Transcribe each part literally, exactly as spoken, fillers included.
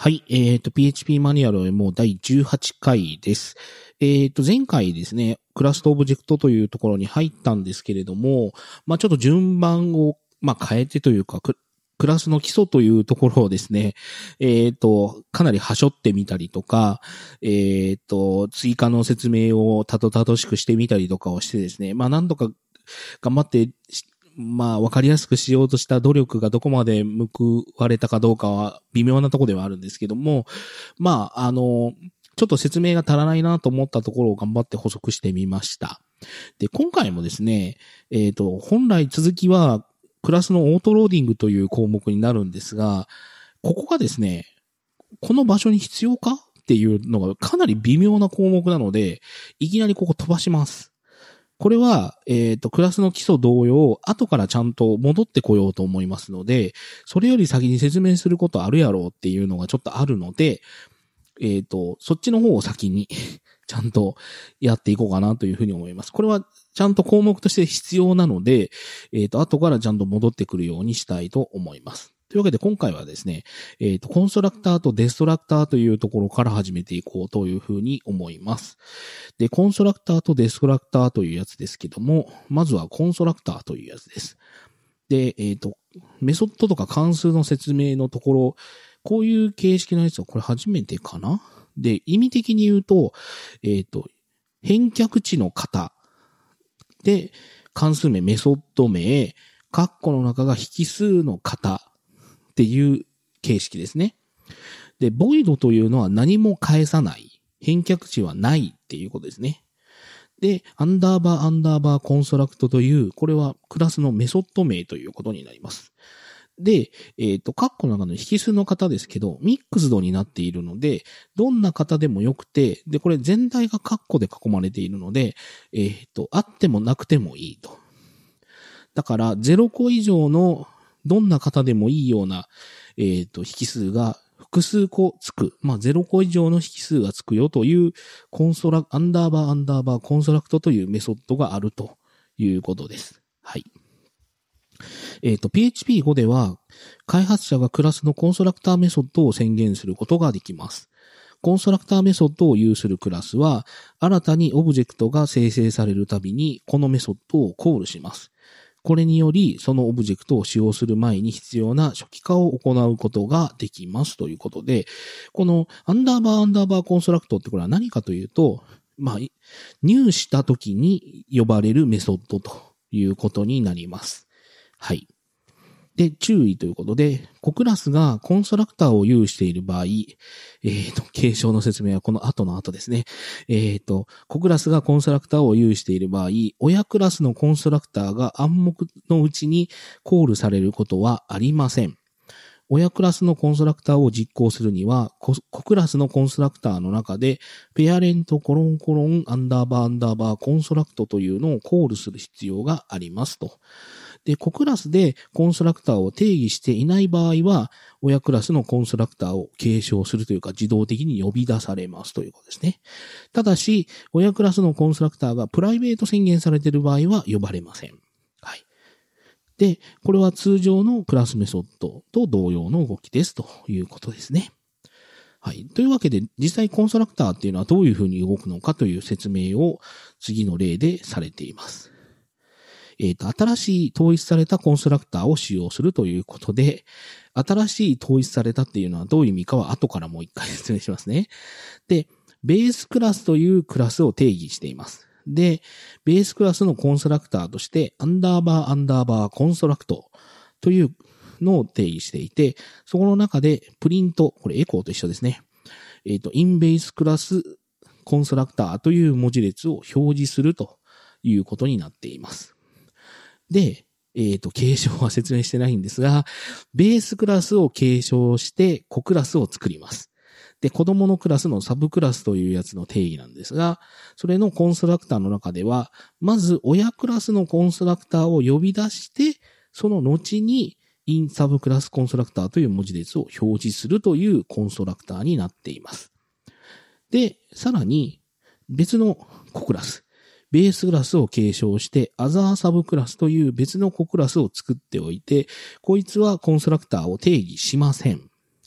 はい。えっと、ピーエイチピー マニュアルもうだいじゅうはちかいです。えっと、前回ですね、クラスとオブジェクトというところに入ったんですけれども、まあ、ちょっと順番を、まあ、変えてというか、ククラスの基礎というところをですね、えっと、かなりはしょってみたりとか、えっと、追加の説明をたどたどしくしてみたりとかをしてですね、まあ、何度か頑張って、まあ、わかりやすくしようとした努力がどこまで報われたかどうかは微妙なところではあるんですけども、まあ、あの、ちょっと説明が足らないなと思ったところを頑張って補足してみました。で、今回もですね、えっと、本来続きはクラスのオートローディングという項目になるんですが、ここがですね、この場所に必要かっていうのがかなり微妙な項目なので、いきなりここ飛ばします。これは、えっと、クラスの基礎同様、後からちゃんと戻ってこようと思いますので、それより先に説明することあるやろうっていうのがちょっとあるので、えっと、そっちの方を先にちゃんとやっていこうかなというふうに思います。これはちゃんと項目として必要なので、えっと、後からちゃんと戻ってくるようにしたいと思います。というわけで今回はですね、えっと、コンストラクターとデストラクターというところから始めていこうというふうに思います。で、コンストラクターとデストラクターというやつですけども、まずはコンストラクターというやつです。で、えっと、メソッドとか関数の説明のところ、こういう形式のやつはこれ初めてかな？で、意味的に言うと、えっと、返却値の型で、関数名、メソッド名、カッコの中が引数の型っていう形式ですね。で、ボイドというのは何も返さない。返却値はないっていうことですね。で、アンダーバーアンダーバーコンストラクトという、これはクラスのメソッド名ということになります。で、えっと、カッコの中の引数の型ですけど、ミックスドになっているので、どんな型でもよくて、で、これ全体がカッコで囲まれているので、えっと、あってもなくてもいいと。だから、ゼロ個以上のどんな型でもいいような、えっと、引数が複数個つく。まあ、ゼロ個以上の引数がつくよという、コンストラ、アンダーバーアンダーバーコンストラクトというメソッドがあるということです。はい。えっと、ピーエイチピーファイブ では、開発者がクラスのコンストラクターメソッドを宣言することができます。コンストラクターメソッドを有するクラスは、新たにオブジェクトが生成されるたびに、このメソッドをコールします。これにより、そのオブジェクトを使用する前に必要な初期化を行うことができますということで、このアンダーバーアンダーバーコンストラクトってこれは何かというと、まあ、入した時に呼ばれるメソッドということになります。はい。で、注意ということで、子クラスがコンストラクターを有している場合、えっと、継承の説明はこの後の後ですね。えっと、子クラスがコンストラクターを有している場合、親クラスのコンストラクターが暗黙のうちにコールされることはありません。親クラスのコンストラクターを実行するには、子クラスのコンストラクターの中で、ペアレントコロンコロンアンダーバーアンダーバーコンストラクトというのをコールする必要がありますと。で、子クラスでコンストラクターを定義していない場合は、親クラスのコンストラクターを継承するというか自動的に呼び出されますということですね。ただし、親クラスのコンストラクターがプライベート宣言されている場合は呼ばれません。はい。で、これは通常のクラスメソッドと同様の動きですということですね。はい。というわけで、実際コンストラクターっていうのはどういうふうに動くのかという説明を次の例でされています。えっと、新しい統一されたコンストラクターを使用するということで、新しい統一されたっていうのはどういう意味かは後からもう一回説明しますね。で、ベースクラスというクラスを定義しています。で、ベースクラスのコンストラクターとして、アンダーバーアンダーバーコンストラクトというのを定義していて、そこの中でプリント、これエコーと一緒ですね。えっと、インベースクラスコンストラクターという文字列を表示するということになっています。で、えっと、継承は説明してないんですが、ベースクラスを継承して子クラスを作ります。で、子供のクラスのサブクラスというやつの定義なんですが、それのコンストラクターの中では、まず親クラスのコンストラクターを呼び出して、その後にインサブクラスコンストラクターという文字列を表示するというコンストラクターになっています。で、さらに別の子クラス。ベースクラスを継承して、アザーサブクラスという別の子クラスを作っておいて、こいつはコンストラクターを定義しません。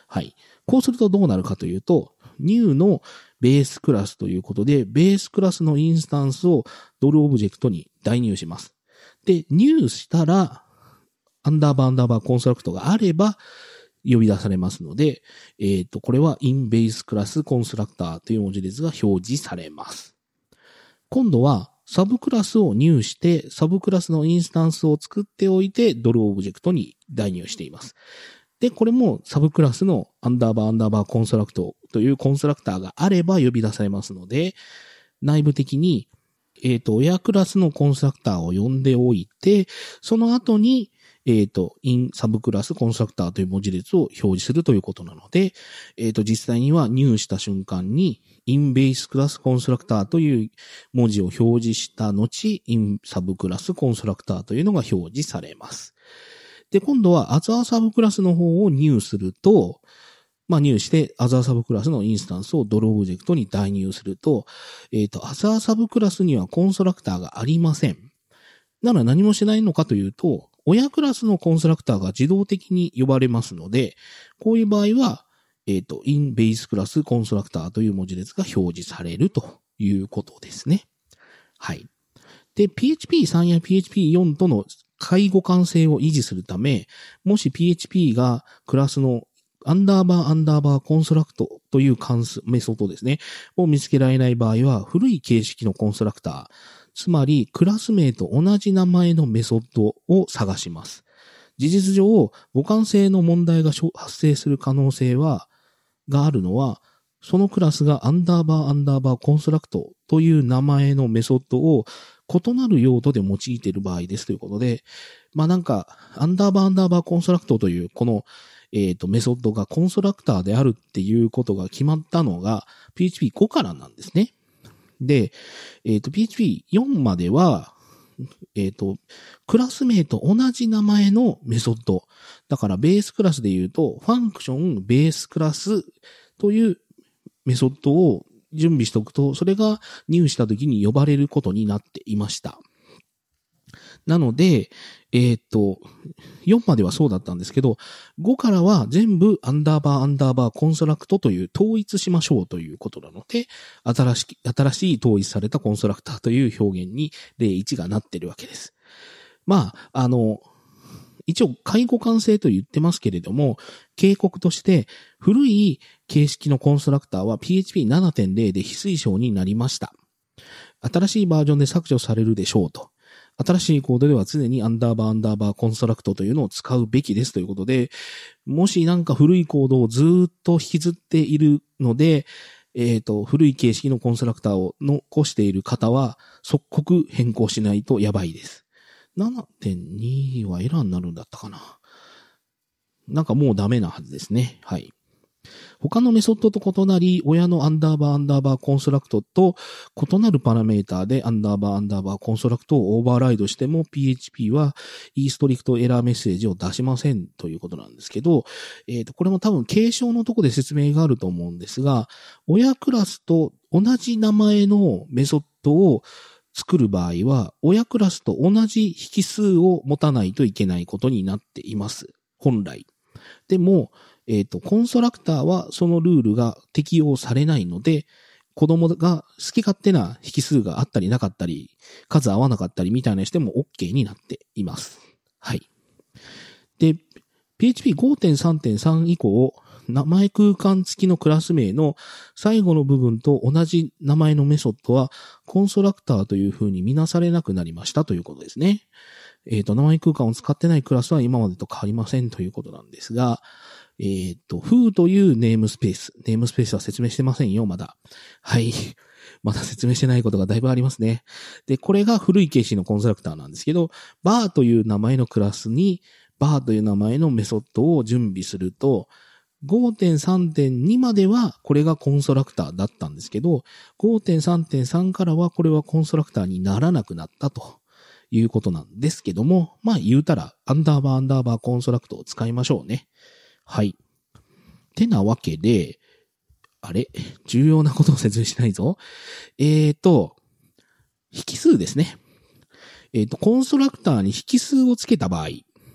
はい。こうするとどうなるかというと、new のベースクラスということで、ベースクラスのインスタンスをドルオブジェクトに代入します。で、入したら、アンダーバーアンダーバーコンストラクトがあれば、呼び出されますので、えっと、これは in base class constructor という文字列が表示されます。今度は、サブクラスを入して、サブクラスのインスタンスを作っておいて、ドルオブジェクトに代入しています。で、これもサブクラスのアンダーバーアンダーバーコンストラクトというコンストラクターがあれば呼び出されますので、内部的に、えっと、親クラスのコンストラクターを呼んでおいて、その後に、えっと、in サブクラスコンストラクターという文字列を表示するということなので、えっと、実際には入した瞬間に in base クラスコンストラクターという文字を表示した後、in サブクラスコンストラクターというのが表示されます。で、今度は other サブクラスの方を入すると、まあ入して other サブクラスのインスタンスをドルオブジェクトに代入すると、えっと、other サブクラスにはコンストラクターがありません。なら何もしないのかというと、親クラスのコンストラクターが自動的に呼ばれますので、こういう場合は、えっと、in base クラスコンストラクターという文字列が表示されるということですね。はい。で、ピーエイチピースリー や ピーエイチピーフォー との介互換性を維持するため、もし ピーエイチピー がクラスのアンダーバーアンダーバーコンストラクトという関数、メソッドですね、を見つけられない場合は、古い形式のコンストラクター、つまり、クラス名と同じ名前のメソッドを探します。事実上、互換性の問題が発生する可能性は、があるのは、そのクラスがアンダーバーアンダーバーコンストラクトという名前のメソッドを異なる用途で用いている場合ですということで、まあなんか、アンダーバーアンダーバーコンストラクトというこの、えっと、メソッドがコンストラクターであるっていうことが決まったのが ピーエイチピーフォー からなんですね。で、えっと、ピーエイチピーフォー までは、えっと、クラス名と同じ名前のメソッド。だからベースクラスで言うと、ファンクションベースクラスというメソッドを準備しておくと、それが入した時に呼ばれることになっていました。なので、えっと、よんまではそうだったんですけど、ごからは全部アンダーバーアンダーバーコンストラクトという統一しましょうということなので、新しき、新しい統一されたコンストラクターという表現に例いちがなっているわけです。まあ、あの、一応、介互換性と言ってますけれども、警告として、古い形式のコンストラクターは ピーエイチピーななてんゼロ で非推奨になりました。新しいバージョンで削除されるでしょうと。新しいコードでは常にアンダーバーアンダーバーコンストラクトというのを使うべきですということで、もしなんか古いコードをずっと引きずっているので、えっと、古い形式のコンストラクターを残している方は即刻変更しないとやばいです。ななてんに はエラーになるんだったかな。なんかもうダメなはずですね。はい。他のメソッドと異なり、親のアンダーバーアンダーバーコンストラクトと異なるパラメーターでアンダーバーアンダーバーコンストラクトをオーバーライドしても ピーエイチピー は eStrict エラーメッセージを出しませんということなんですけど、えっと、これも多分継承のとこで説明があると思うんですが、親クラスと同じ名前のメソッドを作る場合は、親クラスと同じ引数を持たないといけないことになっています。本来。でも、えっと、コンストラクターはそのルールが適用されないので、子供が好き勝手な引数があったりなかったり、数合わなかったりみたいなしても OK になっています。はい。で、ピーエイチピーごてんさんてんさん 以降、名前空間付きのクラス名の最後の部分と同じ名前のメソッドはコンストラクターという風に見なされなくなりましたということですね。えっと、名前空間を使ってないクラスは今までと変わりませんということなんですが、えっと、foo というネームスペース。ネームスペースは説明してませんよ、まだ。はい。まだ説明してないことがだいぶありますね。で、これが古い形式のコンストラクターなんですけど、bar という名前のクラスに、bar という名前のメソッドを準備すると、ごてんさんてんに まではこれがコンストラクターだったんですけど、ごてんさんてんさん からはこれはコンストラクターにならなくなったということなんですけども、まあ言うたらアンダーバーアンダーバーコンストラクトを使いましょうね。はい。てなわけで、あれ重要なことを説明しないぞ。えーと、引数ですね。えーと、コンストラクターに引数をつけた場合、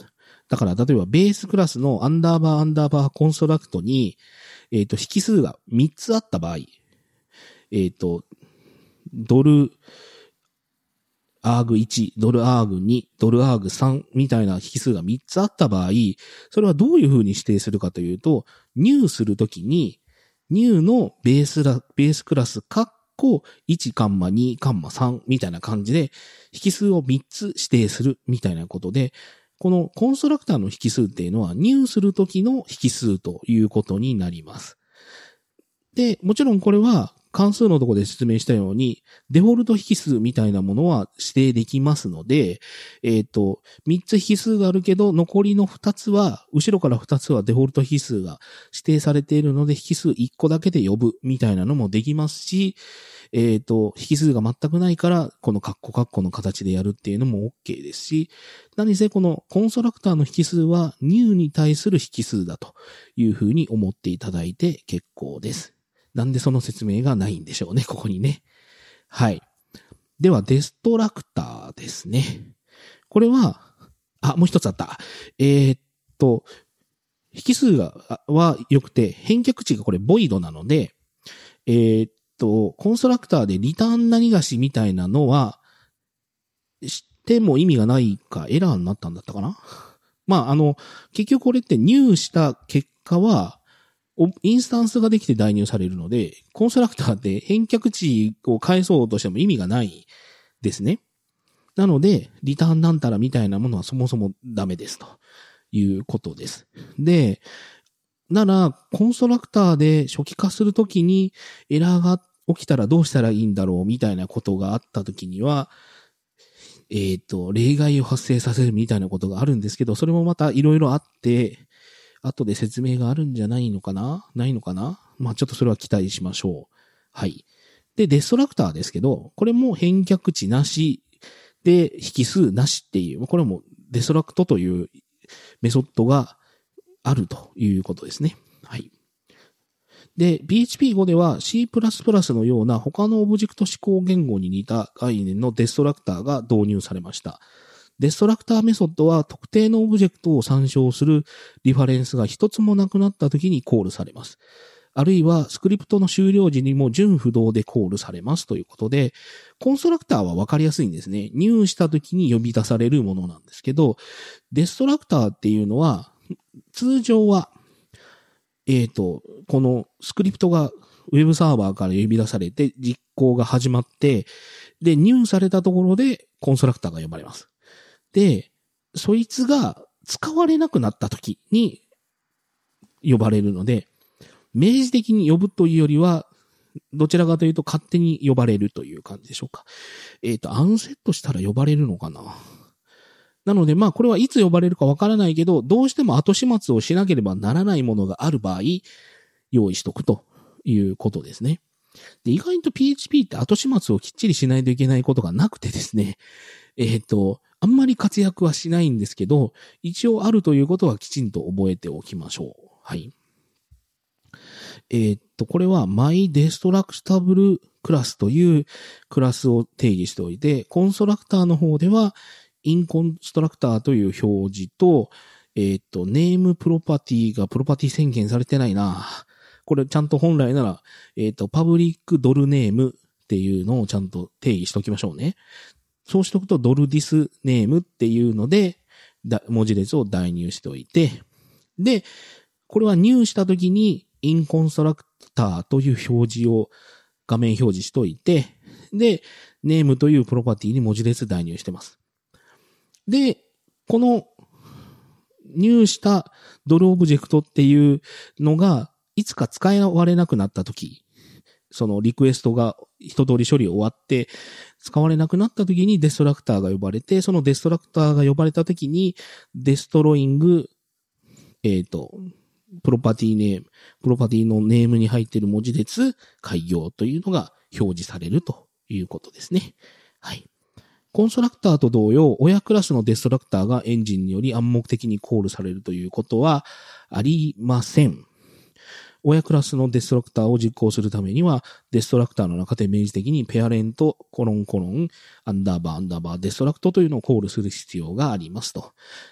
だから、例えばベースクラスのアンダーバーアンダーバーコンストラクトに、えっと、引数がみっつあった場合、えっと、ドル、アーグいち、ドルアーグに、ドルアーグさんみたいな引数がみっつあった場合、それはどういう風に指定するかというと、入するときに、入のベースラ、ベースクラス、カッコいち、に、さんみたいな感じで、引数をみっつ指定するみたいなことで、このコンストラクターの引数っていうのは、入するときの引数ということになります。で、もちろんこれは、関数のところで説明したように、デフォルト引数みたいなものは指定できますので、えっと、みっつ引数があるけど、残りのふたつは、後ろからふたつはデフォルト引数が指定されているので、引数いっこだけで呼ぶみたいなのもできますし、えっと、引数が全くないから、このカッコカッコの形でやるっていうのも OK ですし、何せこのコンストラクターの引数は、入に対する引数だというふうに思っていただいて結構です。なんでその説明がないんでしょうね、ここにね。はい。では、デストラクターですね。これは、あ、もう一つあった。えー、っと、引数が、は良くて、返却値がこれボイドなので、えー、っと、コンストラクターでリターン何がしみたいなのは、しても意味がないか、エラーになったんだったかな。まあ、あの、結局これって入した結果は、インスタンスができて代入されるので、コンストラクターって返却値を返そうとしても意味がないですね。なので、リターンなんたらみたいなものはそもそもダメですということです。で、なら、コンストラクターで初期化するときにエラーが起きたらどうしたらいいんだろうみたいなことがあったときには、えっと、例外を発生させるみたいなことがあるんですけど、それもまたいろいろあって、後で説明があるんじゃないのかなないのかなまあちょっとそれは期待しましょう。はい。で、デストラクターですけど、これも返却値なしで引数なしっていう、これもデストラクトというメソッドがあるということですね。はい。で、ピーエイチピーファイブ では C++ のような他のオブジェクト指向言語に似た概念のデストラクターが導入されました。デストラクターメソッドは特定のオブジェクトを参照するリファレンスが一つもなくなった時にコールされます。あるいはスクリプトの終了時にも準不動でコールされますということで、コンストラクターはわかりやすいんですね。入した時に呼び出されるものなんですけど、デストラクターっていうのは、通常は、えっと、このスクリプトがウェブサーバーから呼び出されて実行が始まって、で、入されたところでコンストラクターが呼ばれます。で、そいつが使われなくなった時に呼ばれるので、明示的に呼ぶというよりは、どちらかというと勝手に呼ばれるという感じでしょうか。えっと、アンセットしたら呼ばれるのかな。なので、まあ、これはいつ呼ばれるかわからないけど、どうしても後始末をしなければならないものがある場合、用意しとくということですね。で、意外と ピーエイチピー って後始末をきっちりしないといけないことがなくてですね、えっと、あんまり活躍はしないんですけど、一応あるということはきちんと覚えておきましょう。はい。えー、っと、これは MyDestructible クラスというクラスを定義しておいて、コンストラクターの方では InConstructor という表示と、えー、っと、ネームプロパティがプロパティ宣言されてないな。これちゃんと本来なら、えー、っと、パブリックドルネームっていうのをちゃんと定義しておきましょうね。そうしておくと、ドルディスネームっていうので、文字列を代入しておいて、で、これは入したときに、インコンストラクターという表示を画面表示しておいて、で、ネームというプロパティに文字列代入してます。で、この入したドルオブジェクトっていうのが、いつか使われなくなったとき、そのリクエストが一通り処理終わって使われなくなった時にデストラクターが呼ばれて、そのデストラクターが呼ばれた時にデストロイング、えっと、プロパティネーム、プロパティのネームに入っている文字列、開業というのが表示されるということですね。はい。コンストラクターと同様、親クラスのデストラクターがエンジンにより暗黙的にコールされるということはありません。親クラスのデストラクターを実行するためには、デストラクターの中で明示的にペアレント、コロンコロン、アンダーバー、アンダーバー、デストラクトというのをコールする必要がありますと。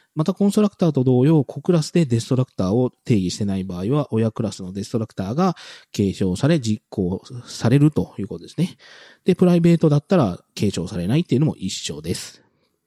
またコンストラクターと同様、子クラスでデストラクターを定義してない場合は、親クラスのデストラクターが継承され実行されるということですね。で、プライベートだったら継承されないっていうのも一緒です。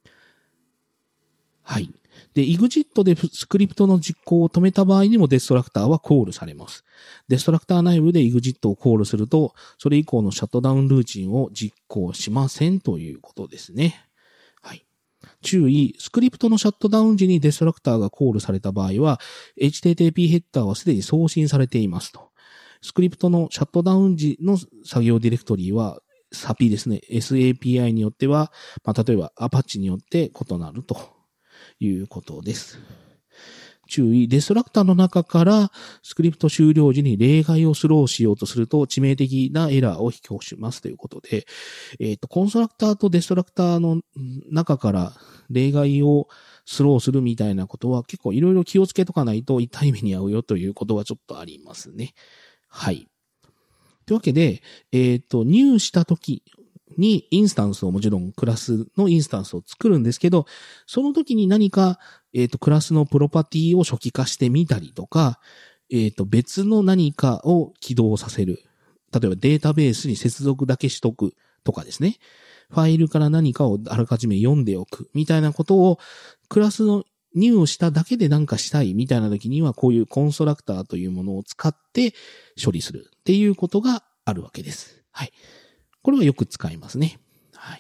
はい。で、イグジット でスクリプトの実行を止めた場合にもデストラクターはコールされます。デストラクター内部で イグジット をコールすると、それ以降のシャットダウンルーチンを実行しませんということですね。はい。注意、スクリプトのシャットダウン時にデストラクターがコールされた場合は、エイチティーティーピー ヘッダーはすでに送信されていますと。スクリプトのシャットダウン時の作業ディレクトリは、サピー ですね。エスエーピーアイ によっては、まあ、例えば Apache によって異なるということです。注意、デストラクターの中からスクリプト終了時に例外をスローしようとすると致命的なエラーを引き起こしますということで、えっと、コンストラクターとデストラクターの中から例外をスローするみたいなことは結構いろいろ気をつけとかないと痛い目に遭うよということはちょっとありますね。はい。というわけで、えっと、入したときにインスタンスをもちろんクラスのインスタンスを作るんですけど、その時に何か、えっと、クラスのプロパティを初期化してみたりとか、えっと、別の何かを起動させる。例えばデータベースに接続だけしとくとかですね。ファイルから何かをあらかじめ読んでおくみたいなことをクラスの入しただけで何かしたいみたいな時にはこういうコンストラクターというものを使って処理するっていうことがあるわけです。はい。これはよく使いますね。はい。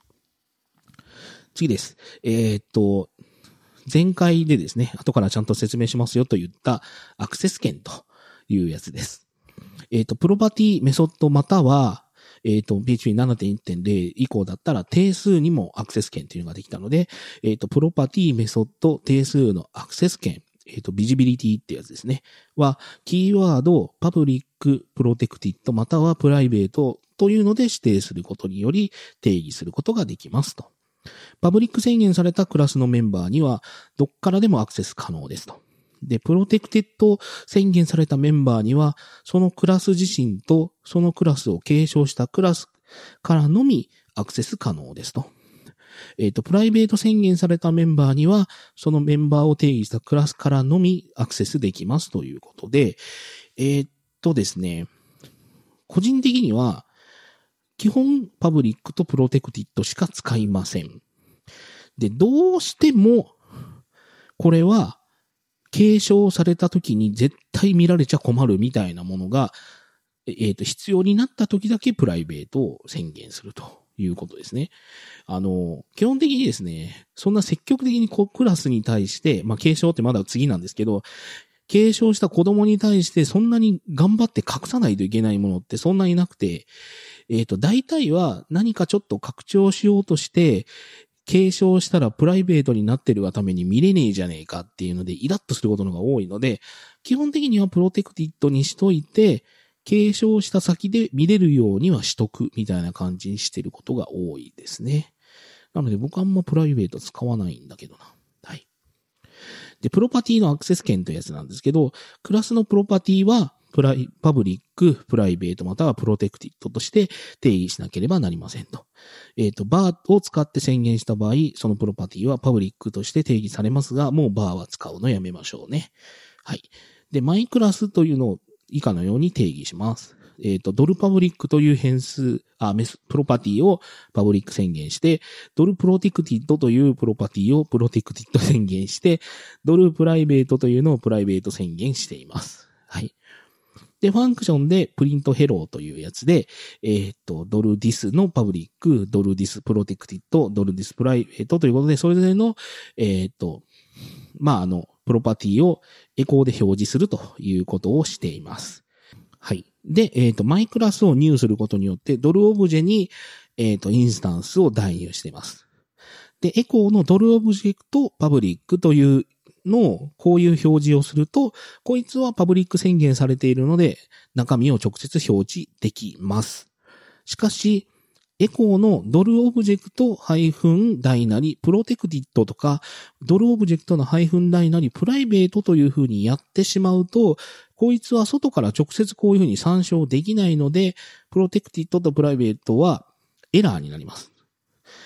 次です。えー、っと、前回でですね、後からちゃんと説明しますよと言ったアクセス権というやつです。えー、っと、プロパティメソッドまたは、えっと、ピーエイチピーななてんいちてんゼロ 以降だったら定数にもアクセス権というのができたので、えっと、プロパティメソッド定数のアクセス権、えっと、ビジビリティってやつですね。は、キーワード、パブリック、プロテクティッド、またはプライベートというので指定することにより定義することができますと。パブリック宣言されたクラスのメンバーには、どっからでもアクセス可能ですと。で、プロテクテッド宣言されたメンバーには、そのクラス自身とそのクラスを継承したクラスからのみアクセス可能ですと。えっと、プライベート宣言されたメンバーには、そのメンバーを定義したクラスからのみアクセスできますということで、えっとですね、個人的には、基本パブリックとプロテクティッドしか使いません。で、どうしても、これは、継承された時に絶対見られちゃ困るみたいなものが、えっと、必要になった時だけプライベートを宣言するということですね。あの、基本的にですね、そんな積極的にこうクラスに対して、まあ、継承ってまだ次なんですけど、継承した子供に対してそんなに頑張って隠さないといけないものってそんなになくて、えっと、大体は何かちょっと拡張しようとして、継承したらプライベートになってるがために見れねえじゃねえかっていうのでイラッとすることのが多いので、基本的にはプロテクティッドにしといて、継承した先で見れるようにはしとくみたいな感じにしてることが多いですね。なので僕はあんまプライベート使わないんだけどな。はい。で、プロパティのアクセス権というやつなんですけど、クラスのプロパティは、プライ、パブリック、プライベートまたはプロテクティッドとして定義しなければなりませんと。えっと、バーを使って宣言した場合、そのプロパティはパブリックとして定義されますが、もうバーは使うのやめましょうね。はい。で、マイクラスというのを以下のように定義します。えっと、ドルパブリックという変数、あ、メス、プロパティをパブリック宣言して、ドルプロテクティッドというプロパティをプロテクティッド宣言して、ドルプライベートというのをプライベート宣言しています。はい。で、ファンクションでプリントヘローというやつで、えっと、ドルディスのパブリック、ドルディスプロテクティッド、ドルディスプライベートということで、それぞれの、えっと、まあ、あの、プロパティをエコーで表示するということをしています。はい。で、えっと、マイクラスを入することによって、ドルオブジェに、えっと、インスタンスを代入しています。で、エコーのドルオブジェクトパブリックというのこういう表示をすると、こいつはパブリック宣言されているので、中身を直接表示できます。しかし、エコーのドルオブジェクトハイフン大なりプロテクティッドとか、ドルオブジェクトのハイフン大なりプライベートという風にやってしまうと、こいつは外から直接こういう風に参照できないので、プロテクティッドとプライベートはエラーになります。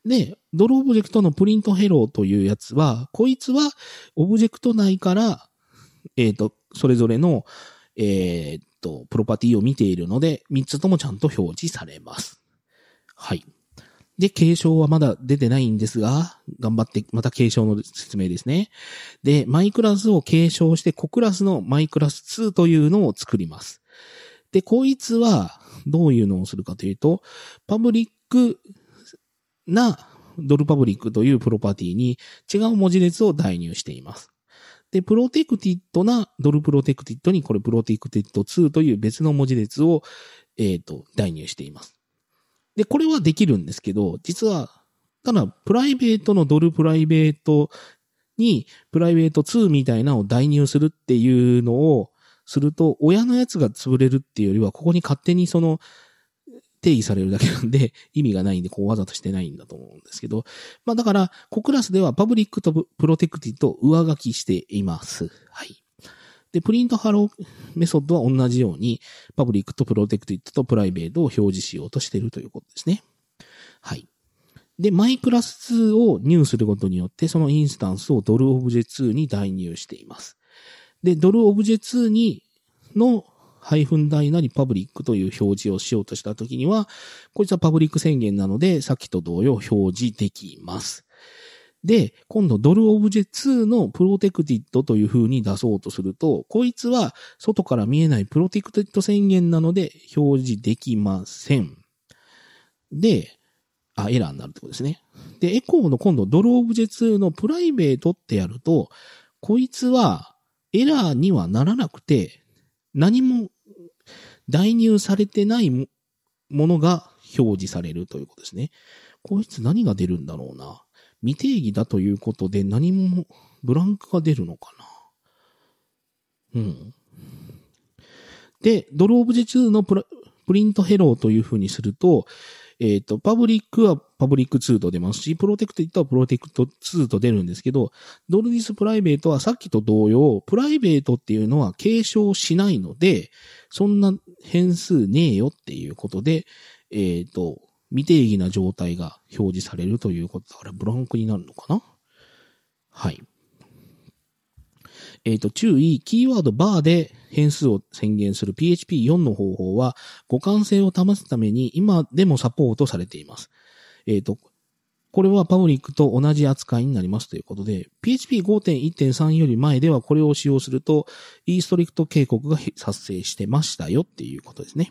で、ドルオブジェクトのプリントヘローというやつは、こいつはオブジェクト内から、えっと、それぞれの、えー、っと、プロパティを見ているので、みっつともちゃんと表示されます。はい。で、継承はまだ出てないんですが、頑張って、また継承の説明ですね。で、マイクラスを継承して、子クラスのマイクラスツーというのを作ります。で、こいつは、どういうのをするかというと、パブリックなドルパブリックというプロパティに違う文字列を代入しています。で、プロテクティッドなドルプロテクティッドにこれプロテクティッドツーという別の文字列を、えっと、代入しています。で、これはできるんですけど、実は、ただ、プライベートのドルプライベートにプライベートツーみたいなのを代入するっていうのをすると、親のやつが潰れるっていうよりは、ここに勝手にその、定義されるだけなんで意味がないんで、こうわざとしてないんだと思うんですけど。まあだから、子クラスではパブリックとプロテクティと上書きしています。はい。で、プリントハローメソッドは同じように、パブリックとプロテクティとプライベートを表示しようとしているということですね。はい。で、マイクラスツーを入することによって、そのインスタンスをドルオブジェツーに代入しています。で、ドルオブジェツーにのハイフン大なりパブリックという表示をしようとしたときには、こいつはパブリック宣言なので、さっきと同様表示できます。で、今度ドルオブジェツーのプロテクティッドという風に出そうとすると、こいつは外から見えないプロテクティッド宣言なので表示できません。で、あ、エラーになるってことですね。で、エコーの今度ドルオブジェツーのプライベートってやると、こいつはエラーにはならなくて、何も代入されてないものが表示されるということですね。こいつ何が出るんだろうな。未定義だということで何もブランクが出るのかな。うん。で、ドルオブジェツーのプラプリントヘローという風にすると、えっと、パブリックはパブリックツーと出ますし、プロテクティッドはプロテクトツーと出るんですけど、ドルディスプライベートはさっきと同様、プライベートっていうのは継承しないので、そんな変数ねえよっていうことで、えっと、未定義な状態が表示されるということだから、ブランクになるのかな？はい。えっと、注意、キーワードバーで変数を宣言する ピーエイチピーフォー の方法は互換性を保つために今でもサポートされています。えっと、これはパブリックと同じ扱いになりますということで、ピーエイチピーごてんいってんさん より前ではこれを使用すると イーストリクト警告が発生してましたよっていうことですね。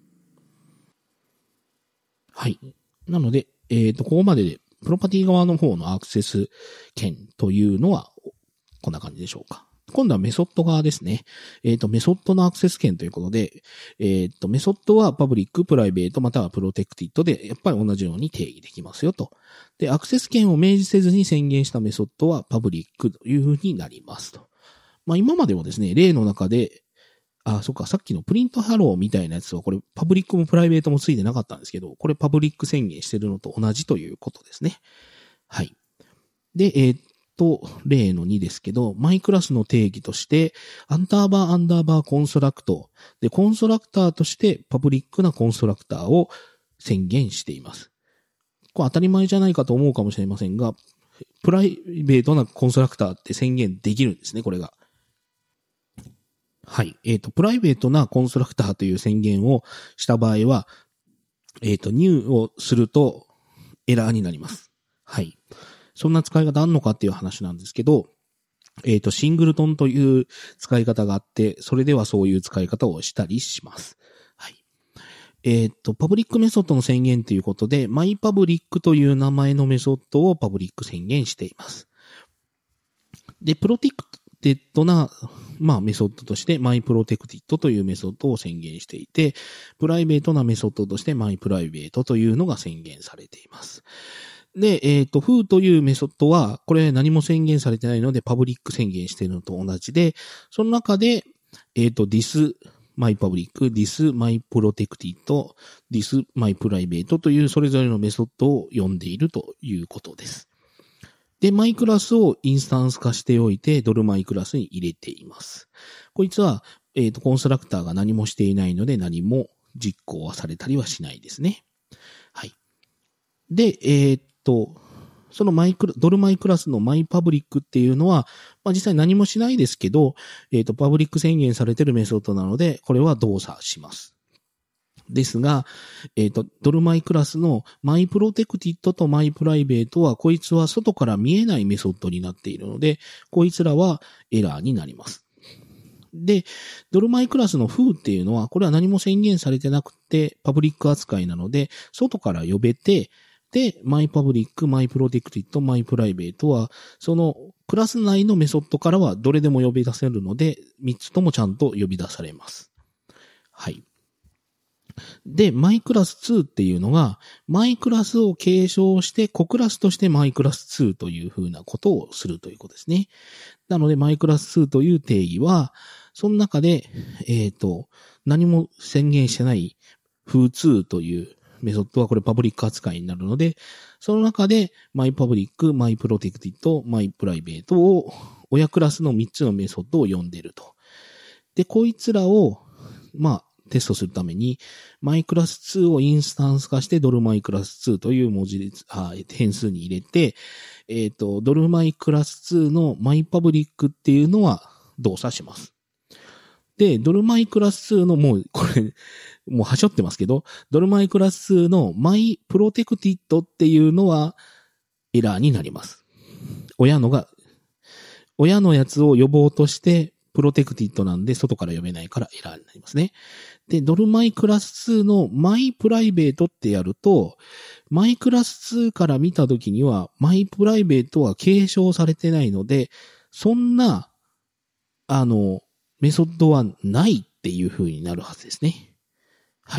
はい。なので、えっと、ここまででプロパティ側の方のアクセス権というのはこんな感じでしょうか。今度はメソッド側ですね。えっと、メソッドのアクセス権ということで、えっと、メソッドはパブリック、プライベート、またはプロテクティッドで、やっぱり同じように定義できますよと。で、アクセス権を明示せずに宣言したメソッドはパブリックというふうになりますと。まあ、今までもですね、例の中で、あ、そっか、さっきのプリントハローみたいなやつは、これパブリックもプライベートもついてなかったんですけど、これパブリック宣言してるのと同じということですね。はい。で、えーと、例のにですけど、マイクラスの定義として、アンダーバーアンダーバーコンストラクト。で、コンストラクターとしてパブリックなコンストラクターを宣言しています。これ当たり前じゃないかと思うかもしれませんが、プライベートなコンストラクターって宣言できるんですね、これが。はい。えっと、プライベートなコンストラクターという宣言をした場合は、えっと、入をするとエラーになります。はい。そんな使い方あんのかっていう話なんですけど、えっと、シングルトンという使い方があって、それではそういう使い方をしたりします。はい。えっと、パブリックメソッドの宣言ということで、マイパブリックという名前のメソッドをパブリック宣言しています。で、プロテクテッドな、まあ、メソッドとして、マイプロテクティッドというメソッドを宣言していて、プライベートなメソッドとして、マイプライベートというのが宣言されています。で、えっと、フーというメソッドは、これ何も宣言されてないので、パブリック宣言しているのと同じで、その中で、えっと、this my public, this my protected, this my private というそれぞれのメソッドを呼んでいるということです。で、マイクラスをインスタンス化しておいて、ドルマイクラスに入れています。こいつは、えっと、コンストラクターが何もしていないので、何も実行はされたりはしないですね。はい。で、えっと、 と、そのマイクラ、ドルマイクラスのマイパブリックっていうのは、まあ、実際何もしないですけど、えっと、パブリック宣言されてるメソッドなので、これは動作します。ですが、えっと、ドルマイクラスのマイプロテクティッドとマイプライベートは、こいつは外から見えないメソッドになっているので、こいつらはエラーになります。で、ドルマイクラスのフーっていうのは、これは何も宣言されてなくて、パブリック扱いなので、外から呼べて、で、マイパブリック、マイプロテクティッド、マイプライベートは、そのクラス内のメソッドからはどれでも呼び出せるので、みっつともちゃんと呼び出されます。はい。で、マイクラスツーっていうのが、マイクラスを継承して、子クラスとしてマイクラスツーというふうなことをするということですね。なので、マイクラスツーという定義は、その中で、えっと、何も宣言してないフーツーというメソッドはこれパブリック扱いになるので、その中でマイパブリック、マイプロテクティッド、マイプライベートを親クラスのみっつのメソッドを呼んでいると。で、こいつらを、まあ、テストするために、マイクラスツーをインスタンス化してドルマイクラスツーという文字列、あ、変数に入れて、えっと、ドルマイクラスツーのマイパブリックっていうのは動作します。で、ドルマイクラスツーのもう、これ、もうはしょってますけど、ドルマイクラスツーのマイプロテクティッドっていうのはエラーになります。親のが、親のやつを呼ぼうとして、プロテクティッドなんで外から読めないからエラーになりますね。で、ドルマイクラスツーのマイプライベートってやると、マイクラスツーから見たときには、マイプライベートは継承されてないので、そんな、あの、メソッドはないっていう風になるはずですね。はい。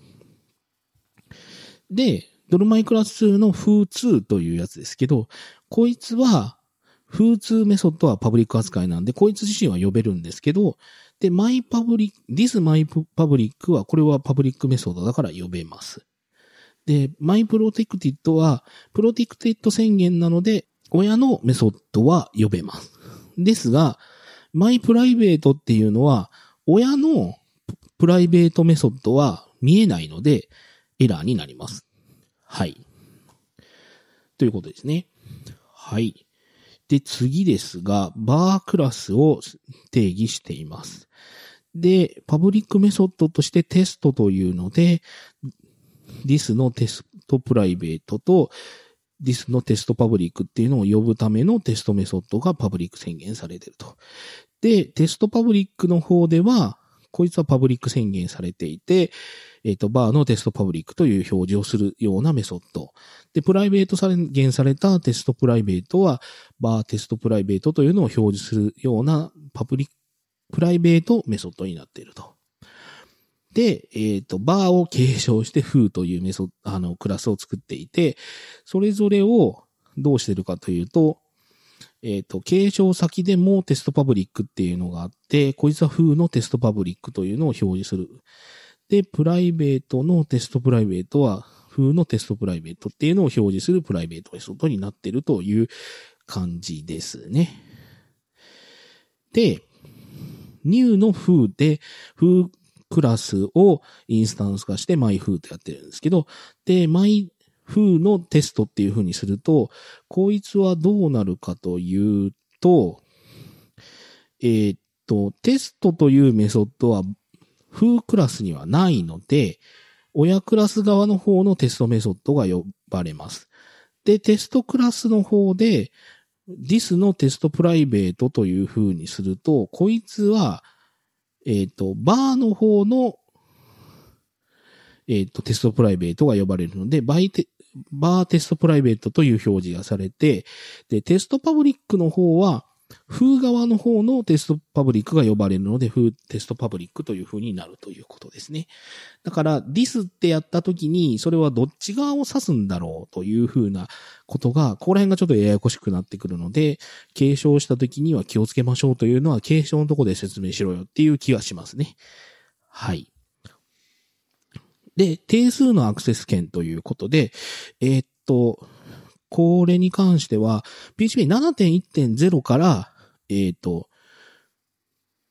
で、ドルマイクラスツーのフーツーというやつですけど、こいつは、フーツーメソッドはパブリック扱いなんで、こいつ自身は呼べるんですけど、で、マイパブリック、this マイパブリックは、これはパブリックメソッドだから呼べます。で、マイプロテクティッドは、プロテクティッド宣言なので、親のメソッドは呼べます。ですが、マイプライベートっていうのは、親のプライベートメソッドは見えないので、エラーになります。はい。ということですね。はい。で、次ですが、バークラスを定義しています。で、パブリックメソッドとしてテストというので、this のテストプライベートと this のテストパブリックっていうのを呼ぶためのテストメソッドがパブリック宣言されていると。で、テストパブリックの方では、こいつはパブリック宣言されていて、えっと、バーのテストパブリックという表示をするようなメソッド。で、プライベート宣言されたテストプライベートは、バーテストプライベートというのを表示するようなパブリック、プライベートメソッドになっていると。で、えっと、バーを継承してフーというメソッド、あの、クラスを作っていて、それぞれをどうしているかというと、えっと、継承先でもテストパブリックっていうのがあって、こいつはフーのテストパブリックというのを表示する。で、プライベートのテストプライベートは、フーのテストプライベートっていうのを表示するプライベートメソッドになっているという感じですね。で、new のフーで、フークラスをインスタンス化してマイフーとやってるんですけど、で、マイフーのテストっていう風にすると、こいつはどうなるかというと、えー、っと、テストというメソッドはフークラスにはないので、親クラス側の方のテストメソッドが呼ばれます。で、テストクラスの方で、this のテストプライベートという風にすると、こいつは、えっと、バーの方の、えっと、テストプライベートが呼ばれるので、バイテ、バーテストプライベートという表示がされて、で、テストパブリックの方は、フー側の方のテストパブリックが呼ばれるので、フーテストパブリックという風になるということですね。だから、this ってやったときに、それはどっち側を指すんだろうという風なことが、ここら辺がちょっとややこしくなってくるので、継承したときには気をつけましょうというのは、継承のところで説明しろよっていう気がしますね。はい。で、定数のアクセス権ということで、えー、っと、これに関しては、ピーエイチピーななてんいってんゼロ から、えっと、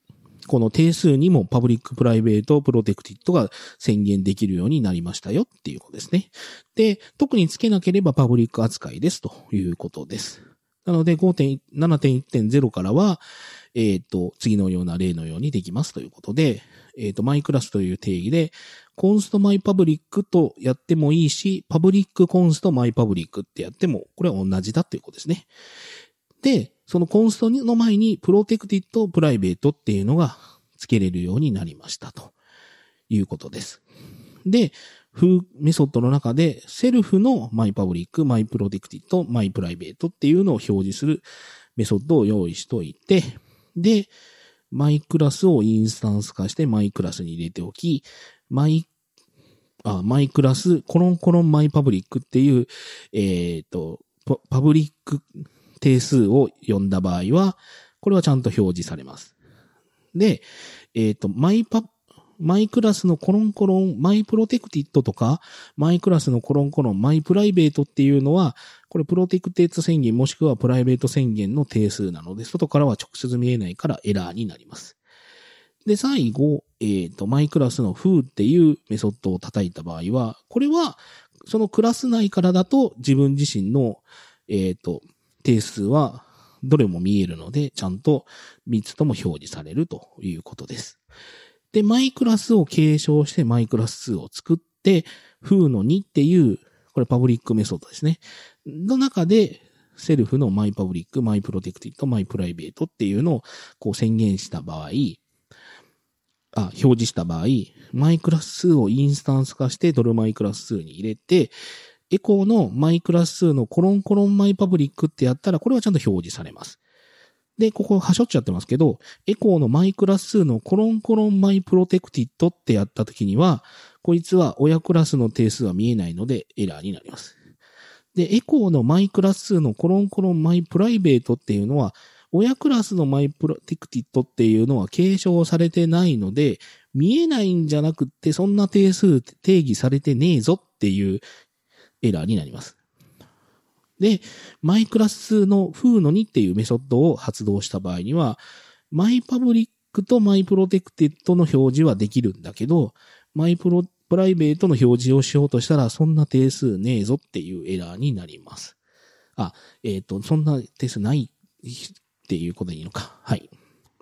この定数にもパブリックプライベートプロテクティッドが宣言できるようになりましたよっていうことですね。で、特につけなければパブリック扱いですということです。なので ななてんいってんゼロ からは、えっと、次のような例のようにできますということで、えっと、マイクラスという定義で、コンストマイパブリックとやってもいいし、パブリックコンストマイパブリックってやっても、これは同じだということですね。で、そのコンストの前にプロテクティッドプライベートっていうのが付けれるようになりましたということです。で、フーメソッドの中でセルフのマイパブリック、マイプロテクティッド、マイプライベートっていうのを表示するメソッドを用意しといて、で、マイクラスをインスタンス化してマイクラスに入れておき、マイ、あ、マイクラス、コロンコロンマイパブリックっていう、えっと、パブリック定数を呼んだ場合は、これはちゃんと表示されます。で、えっと、マイパ、マイクラスのコロンコロンマイプロテクティッドとか、マイクラスのコロンコロンマイプライベートっていうのは、これプロテクテッド宣言もしくはプライベート宣言の定数なので、外からは直接見えないからエラーになります。で、最後、えっと、マイクラスのフーっていうメソッドを叩いた場合は、これは、そのクラス内からだと自分自身の、えっと、定数はどれも見えるので、ちゃんとみっつとも表示されるということです。で、マイクラスを継承してマイクラスツーを作って、フーのにっていう、これパブリックメソッドですね。の中で、セルフのマイパブリック、マイプロテクティッド、マイプライベートっていうのをこう宣言した場合、あ、表示した場合、マイクラスツーをインスタンス化してドルマイクラスツーに入れて、エコーのマイクラスツーのコロンコロンマイパブリックってやったら、これはちゃんと表示されます。で、ここ、はしょっちゃってますけど、エコーのマイクラスツーのコロンコロンマイプロテクティッドってやったときには、こいつは親クラスの定数は見えないのでエラーになります。で、エコーのマイクラスツーのコロンコロンマイプライベートっていうのは、親クラスのマイプロテクティッドっていうのは継承されてないので、見えないんじゃなくって、そんな定数定義されてねえぞっていうエラーになります。で、マイクラスのフーのにっていうメソッドを発動した場合には、マイパブリックとマイプロテクティッドの表示はできるんだけど、マイプロ、プライベートの表示をしようとしたら、そんな定数ねえぞっていうエラーになります。あ、えっと、そんな定数ないっていうことでいいのか。はい。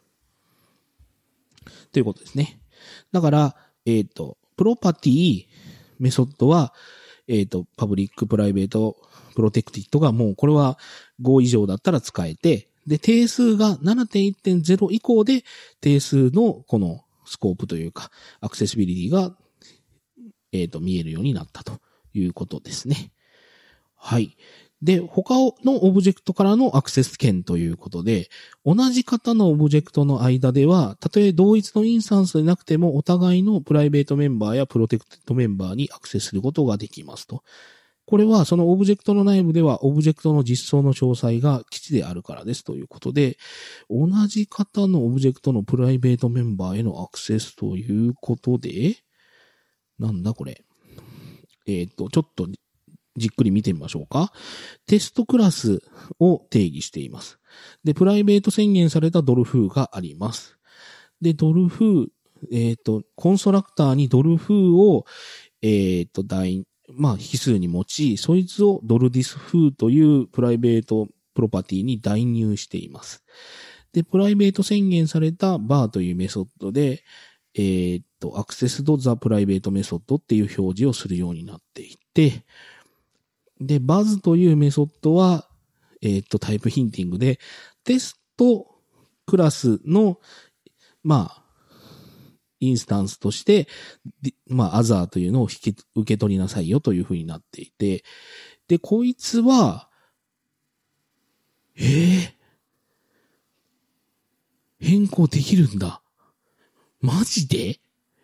ということですね。だから、えっと、プロパティメソッドは、えっと、パブリック、プライベート、プロテクティッドがもうこれはご以上だったら使えて、で、定数が ななてんいってんゼロ 以降で定数のこのスコープというか、アクセシビリティが、えっと、見えるようになったということですね。はい。で、他のオブジェクトからのアクセス権ということで、同じ型のオブジェクトの間では、たとえ同一のインスタンスでなくても、お互いのプライベートメンバーやプロテクテッドメンバーにアクセスすることができますと。これはそのオブジェクトの内部ではオブジェクトの実装の詳細が基地であるからですということで、同じ型のオブジェクトのプライベートメンバーへのアクセスということで、なんだこれ。えっと、ちょっとじっくり見てみましょうか。テストクラスを定義しています。で、プライベート宣言されたドルフーがあります。で、ドルフー、えっと、コンストラクターにドルフーを、えっと、代まあ、引数に持ち、そいつをドルディスフーというプライベートプロパティに代入しています。で、プライベート宣言されたバーというメソッドで、えー、っと、アクセスドザプライベートメソッドっていう表示をするようになっていて、で、バズというメソッドは、えー、っと、タイプヒンティングで、テストクラスの、まあ、インスタンスとして、まあ、アザーというのを引き、受け取りなさいよというふうになっていて、で、こいつは、えー、変更できるんだ。マジで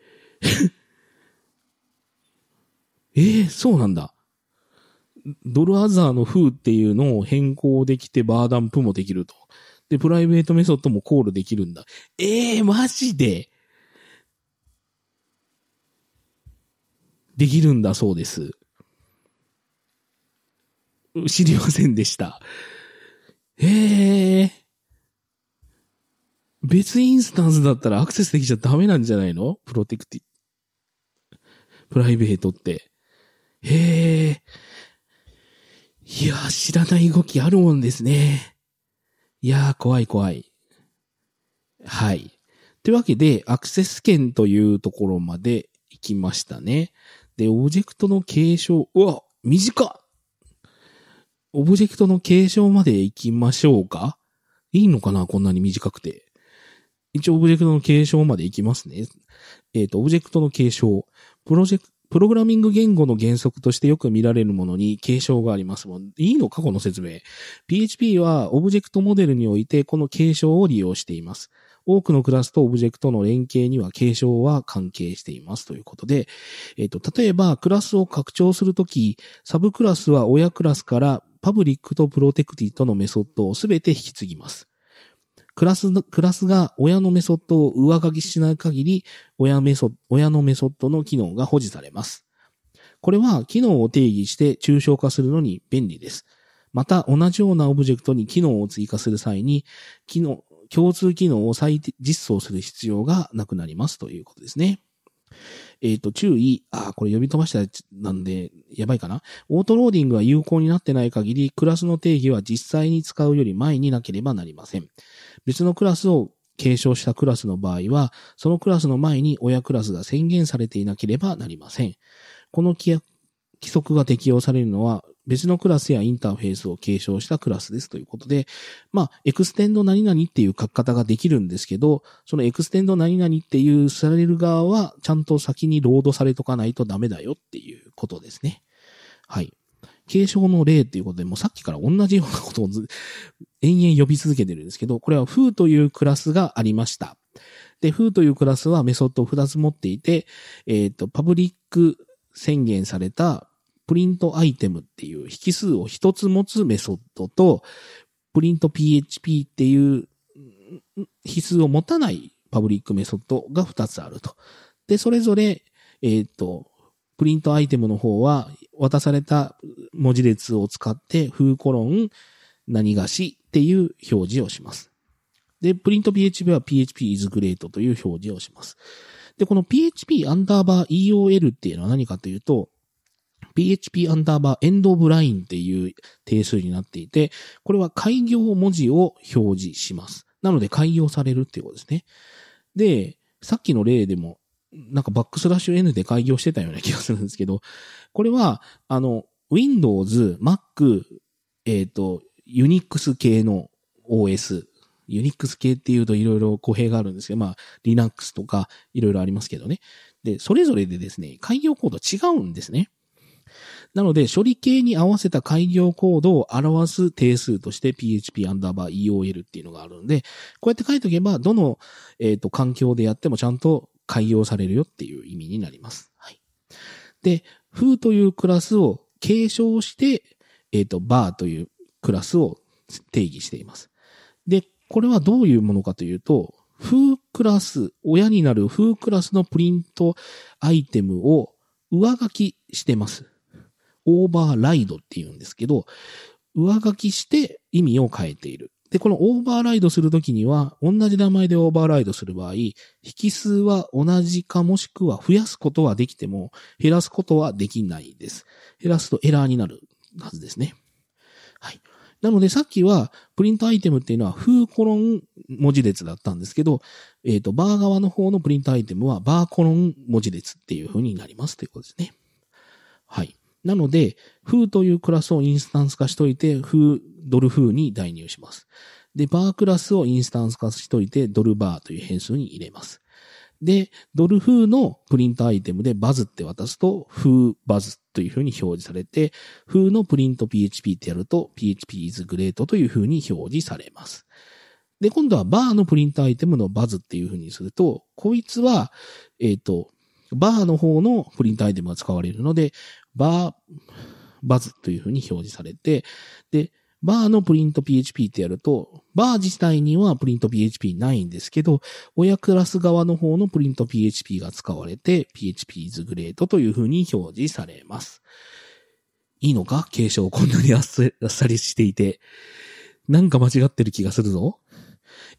えー、そうなんだ。ドルアザーのフーっていうのを変更できてバーダンプもできると。で、プライベートメソッドもコールできるんだ。えー、マジでできるんだそうです。知りませんでした。へー。 別インスタンスだったらアクセスできちゃダメなんじゃないの？プロテクティ、プライベートって。へえ。いやー、知らない動きあるもんですね。いやー、怖い怖い。はい。というわけで、アクセス権というところまで行きましたね。で、オブジェクトの継承、うわ、短っ！オブジェクトの継承まで行きましょうか？いいのかな？こんなに短くて。一応オブジェクトの継承まで行きますね。えっと、オブジェクトの継承。プロジェクト、プログラミング言語の原則としてよく見られるものに継承がありますもん。いいのかこの説明。ピーエイチピー はオブジェクトモデルにおいてこの継承を利用しています。多くのクラスとオブジェクトの連携には継承は関係していますということで、えっと、例えばクラスを拡張するとき、サブクラスは親クラスからパブリックとプロテクティとのメソッドをすべて引き継ぎます。クラス、クラスが親のメソッドを上書きしない限り、親メソ、親のメソッドの機能が保持されます。これは機能を定義して抽象化するのに便利です。また、同じようなオブジェクトに機能を追加する際に、機能、共通機能を再実装する必要がなくなりますということですね。えっと、注意。あ、これ呼び飛ばしたやつなんで、やばいかな。オートローディングが有効になってない限り、クラスの定義は実際に使うより前になければなりません。別のクラスを継承したクラスの場合は、そのクラスの前に親クラスが宣言されていなければなりません。この規則が適用されるのは、別のクラスやインターフェースを継承したクラスですということで、まあ、エクステンド何々っていう書き方ができるんですけど、そのエクステンド何々っていうされる側は、ちゃんと先にロードされとかないとダメだよっていうことですね。はい。継承の例っていうことで、もうさっきから同じようなことをず延々呼び続けてるんですけど、これはフーというクラスがありました。で、フーというクラスはメソッドをふたつ持っていて、えっと、パブリック宣言されたプリントアイテムっていう引数をひとつ持つメソッドと、プリント ピーエイチピー っていう引数を持たないパブリックメソッドがふたつあると。で、それぞれ、えっと、プリントアイテムの方は渡された文字列を使ってフーコロン何がしっていう表示をします。で、プリント ピーエイチピー は ピーエイチピー is great という表示をします。で、この ピーエイチピー アンダーバー イーオーエル っていうのは何かというと、ピーエイチピー アンダーバーエンドオブラインっていう定数になっていて、これは開業文字を表示します。なので開業されるっていうことですね。で、さっきの例でも、なんかバックスラッシュ N で開業してたような気がするんですけど、これは、あの、Windows、Mac、えっと、Unix 系の オーエス、Unix 系っていうといろいろ語弊があるんですけど、まあ、Linux とかいろいろありますけどね。で、それぞれでですね、開業コード違うんですね。なので、処理系に合わせた開業コードを表す定数として ピーエイチピー アンダーバー イーオーエル っていうのがあるので、こうやって書いておけば、どの、えっと、環境でやってもちゃんと開業されるよっていう意味になります。はい。で、foo というクラスを継承して、えっと、bar というクラスを定義しています。で、これはどういうものかというと、foo クラス、親になる foo クラスのプリントアイテムを上書きしてます。オーバーライドって言うんですけど、上書きして意味を変えている。で、このオーバーライドするときには、同じ名前でオーバーライドする場合、引数は同じかもしくは増やすことはできても、減らすことはできないです。減らすとエラーになるはずですね。はい。なのでさっきは、プリントアイテムっていうのは、フーコロン文字列だったんですけど、えっと、バー側の方のプリントアイテムは、バーコロン文字列っていう風になりますということですね。はい。なので、foo というクラスをインスタンス化しといて、foo、ドル foo に代入します。で、bar クラスをインスタンス化しといて、ドル bar という変数に入れます。で、ドル foo のプリントアイテムで buzz って渡すと、foo buzz という風に表示されて、foo のプリント ピーエイチピー ってやると、ピーエイチピー is great という風に表示されます。で、今度は bar のプリントアイテムの buzz っていう風にすると、こいつは、えっと、バーの方のプリントアイテムが使われるので、バー、バズという風に表示されて、で、バーのプリント ピーエイチピー ってやると、バー自体にはプリント ピーエイチピー ないんですけど、親クラス側の方のプリント ピーエイチピー が使われて、ピーエイチピー is great という風に表示されます。いいのか？継承こんなにあっさりしていて。なんか間違ってる気がするぞ。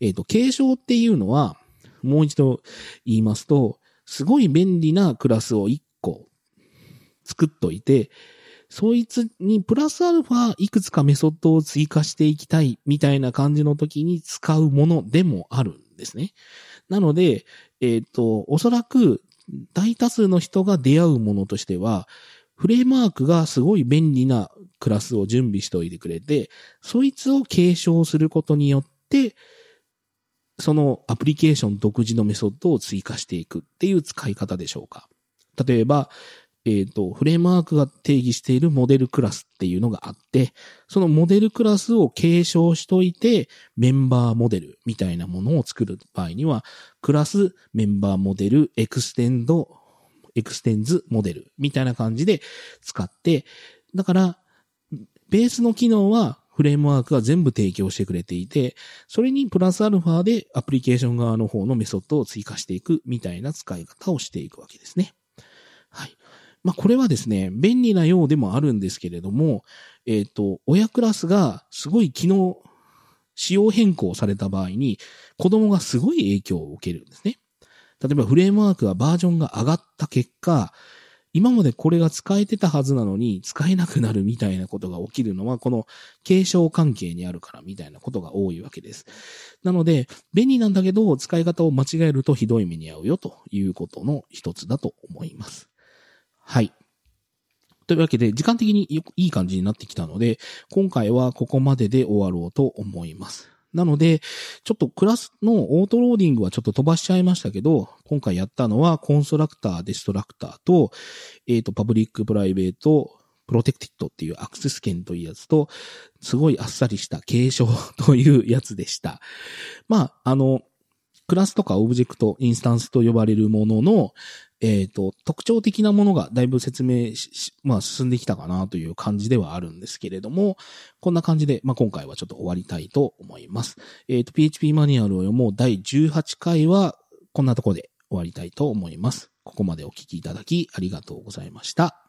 えっと、継承っていうのは、もう一度言いますと、すごい便利なクラスをいっこ作っといて、そいつにプラスアルファいくつかメソッドを追加していきたいみたいな感じの時に使うものでもあるんですね。なので、えっと、おそらく大多数の人が出会うものとしては、フレームワークがすごい便利なクラスを準備しておいてくれて、そいつを継承することによって、そのアプリケーション独自のメソッドを追加していくっていう使い方でしょうか。例えば、えっと、フレームワークが定義しているモデルクラスっていうのがあって、そのモデルクラスを継承しといて、メンバーモデルみたいなものを作る場合には、クラス、メンバーモデル、エクステンド、エクステンズモデルみたいな感じで使って、だから、ベースの機能はフレームワークが全部提供してくれていて、それにプラスアルファでアプリケーション側の方のメソッドを追加していくみたいな使い方をしていくわけですね。はい。まあ、これはですね、便利なようでもあるんですけれども、えっと、親クラスがすごい機能、仕様変更された場合に、子供がすごい影響を受けるんですね。例えばフレームワークがバージョンが上がった結果、今までこれが使えてたはずなのに使えなくなるみたいなことが起きるのは、この継承関係にあるからみたいなことが多いわけです。なので、便利なんだけど、使い方を間違えるとひどい目に遭うよということの一つだと思います。はい。というわけで、時間的にいい感じになってきたので、今回はここまでで終わろうと思います。なので、ちょっとクラスのオートローディングはちょっと飛ばしちゃいましたけど、今回やったのはコンストラクター、デストラクターと、えっと、パブリック、プライベート、プロテクティッドっていうアクセス権というやつと、すごいあっさりした継承というやつでした。まあ、あの、クラスとかオブジェクト、インスタンスと呼ばれるものの、えっと、特徴的なものがだいぶ説明し、まあ進んできたかなという感じではあるんですけれども、こんな感じで、まあ今回はちょっと終わりたいと思います。えっと、ピーエイチピー マニュアルを読もうだいじゅうはちかいはこんなところで終わりたいと思います。ここまでお聞きいただきありがとうございました。